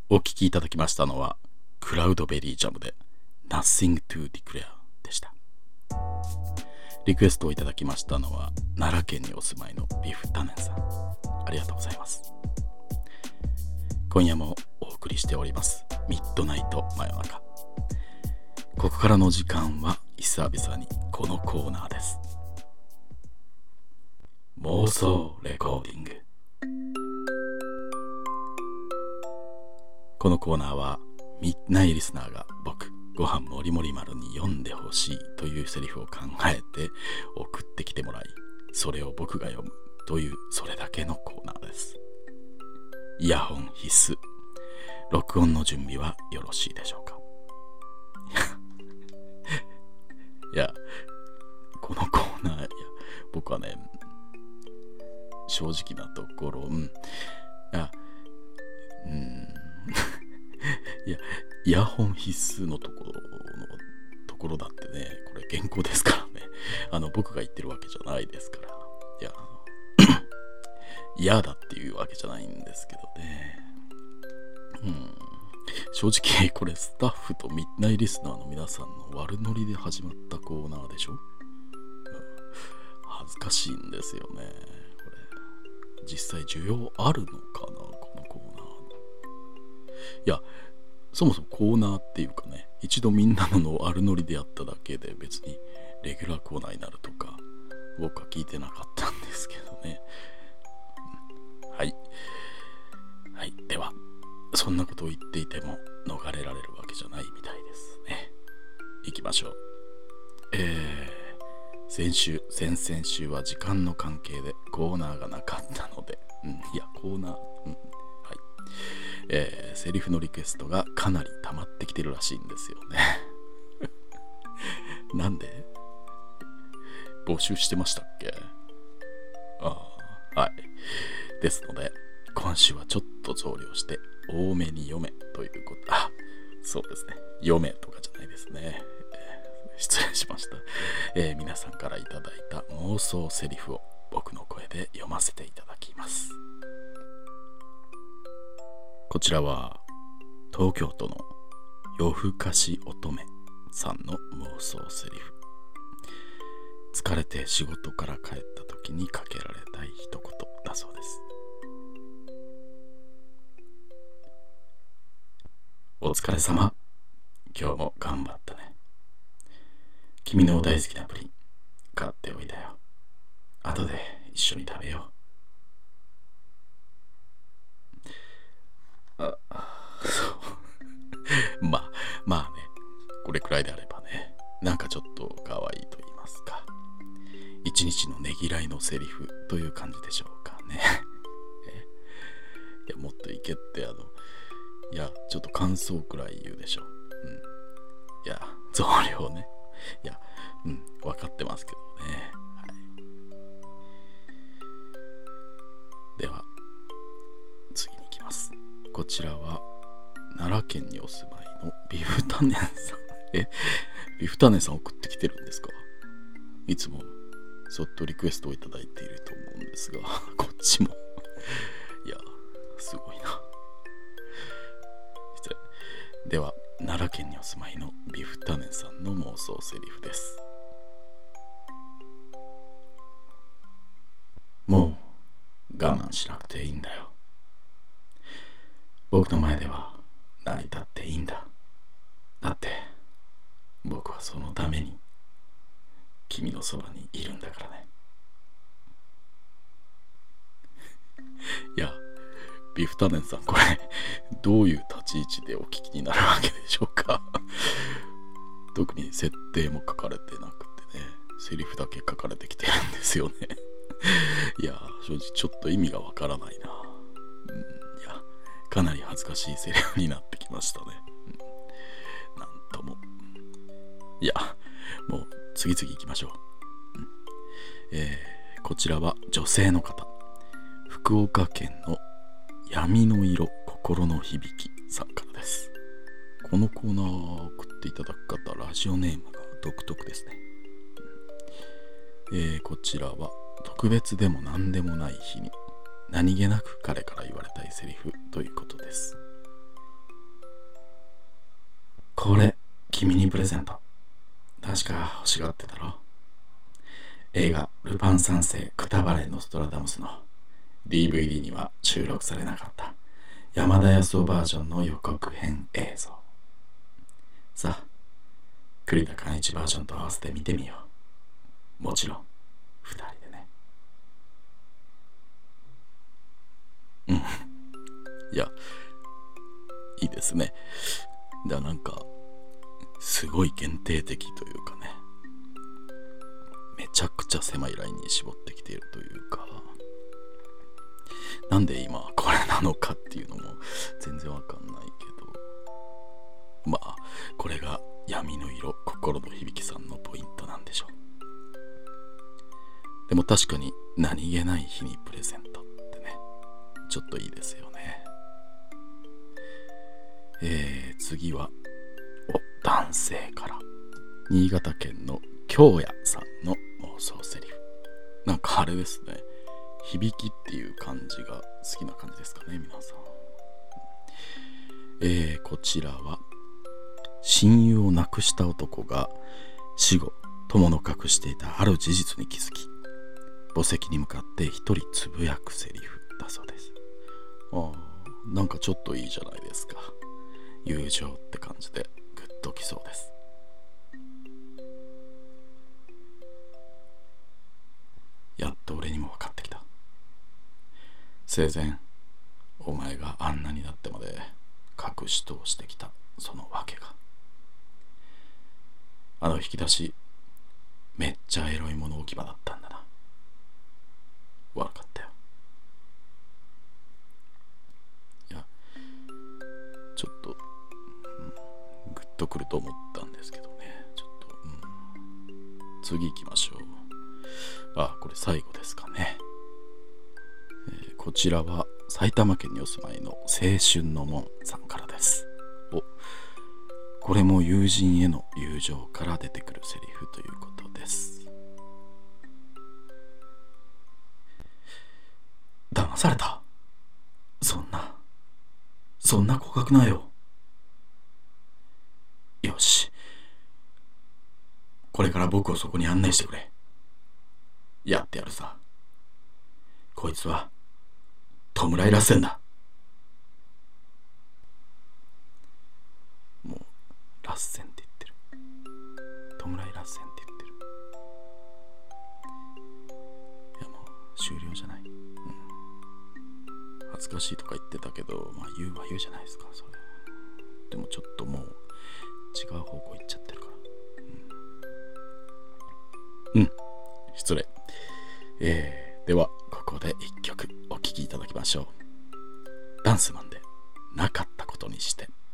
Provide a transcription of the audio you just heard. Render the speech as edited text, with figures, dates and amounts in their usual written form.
お聞きいただきましたのはクラウドベリージャムで Nothing to Declare でした。リクエストをいただきましたのは奈良県にお住まいのビフタネンさん、ありがとうございます。今夜もお送りしておりますミッドナイト真夜中。ここからの時間は久々にこのコーナーです。妄想レコーディング。このコーナーはミッドナイトリスナーが僕ご飯もりもり丸に読んでほしいというセリフを考えて送ってきてもらい、それを僕が読むというそれだけのコーナーです。イヤホン必須。録音の準備はよろしいでしょうか。いや、このコーナー、僕はね、正直なところ、いや、イヤホン必須のところだってね、これ原稿ですからね。僕が言ってるわけじゃないですから。いや、嫌だっていうわけじゃないんですけどね。正直これスタッフとミッドナイトリスナーの皆さんの悪ノリで始まったコーナーでしょ。恥ずかしいんですよね。これ実際需要あるのかな、このコーナー。いや、そもそもコーナーっていうかね、一度みんなの悪ノリでやっただけで別にレギュラーコーナーになるとか僕は聞いてなかったんですけどね。はい、ではそんなことを言っていても逃れられるわけじゃないみたいですね。行きましょう。先々週は時間の関係でコーナーがなかったので、コーナー、セリフのリクエストがかなり溜まってきてるらしいんですよね。なんで募集してましたっけ？はい。ですので今週はちょっと増量して多めに読めということ。そうですね。読めとかじゃないですね。失礼しました。皆さんからいただいた妄想セリフを僕の声で読ませていただきます。こちらは東京都の夜更かし乙女さんの妄想セリフ。疲れて仕事から帰った時にかけられたい一言だそうです。お疲れ様。今日も頑張ったね。君の大好きなプリン買っておいたよ。後で一緒に食べよう。まあね、これくらいであればね、なんかちょっと可愛いと言いますか、一日のねぎらいのセリフという感じでしょうかね。いや、もっといけって、いや、ちょっと感想くらい言うでしょ。いや、増量ね。いや、分かってますけどね。では次に行きます。こちらは奈良県にお住まいのビフタネンさん。ビフタネンさん送ってきてるんですか？いつもそっとリクエストをいただいていると思うんですが、こっちもいや、すごいな。失礼。では奈良県にお住まいのビフタネンさんの妄想セリフです。もう我慢しなくていいんだよ。僕の前では何だっていいんだ。だって僕はそのために君のそばにいるんだからね。いや、ビフタネンさん、これどういう立ち位置でお聞きになるわけでしょうか。特に設定も書かれてなくてね、セリフだけ書かれてきてるんですよね。いや、正直ちょっと意味がわからないな。いや、かなり恥ずかしいセリフになってきましたね。なんとも。いや、もう次々行きましょう。こちらは女性の方。福岡県の闇の色心の響きさんからです。このコーナーを送っていただく方、ラジオネームが独特ですね。こちらは特別でも何でもない日に何気なく彼から言われたいセリフということです。 これ、君にプレゼント。確か欲しがってたろ。映画、ルパン三世くたばれノストラダムスの DVD には収録されなかった山田康夫バージョンの予告編映像。さあ、栗田貫一バージョンと合わせて見てみよう。もちろん、二人でね。いや、いいですね。じゃあなんか、すごい限定的というかね、めちゃくちゃ狭いラインに絞ってきているというか、なんで今これなのかっていうのも全然わかんないけど、まあこれが闇の色心の響さんのポイントなんでしょう。でも確かに何気ない日にプレゼントってね、ちょっといいですよね。次は男性から新潟県の京也さんの妄想セリフ。なんかあれですね、響きっていう感じが好きな感じですかね、皆さん。こちらは親友を亡くした男が死後友の隠していたある事実に気づき、墓石に向かって一人つぶやくセリフだそうです。なんかちょっといいじゃないですか。友情って感じでグッときそうです。やっと俺にも分かってきた。生前お前があんなになってまで隠し通してきたその訳が。あの引き出しめっちゃエロいもの置き場だったんだな。悪かったよ。いや、ちょっと、グッとくると思ったんですけどね。ちょっと、次行きましょう。これ最後ですかね。こちらは埼玉県にお住まいの青春の門さんからです。これも友人への友情から出てくるセリフということです。騙された。そんな告白なよ。よし、これから僕をそこに案内してくれ。やってやるさ。こいつは弔いらせんだ。もうラッセンって言ってる。弔いラッセンって言ってる。いやもう終了じゃない。恥ずかしいとか言ってたけど、言うは言うじゃないですか、それ。でもちょっともう違う方向行っちゃってるから。失礼。ではここで一曲お聴きいただきましょう。ダンスマンでなかったことにして。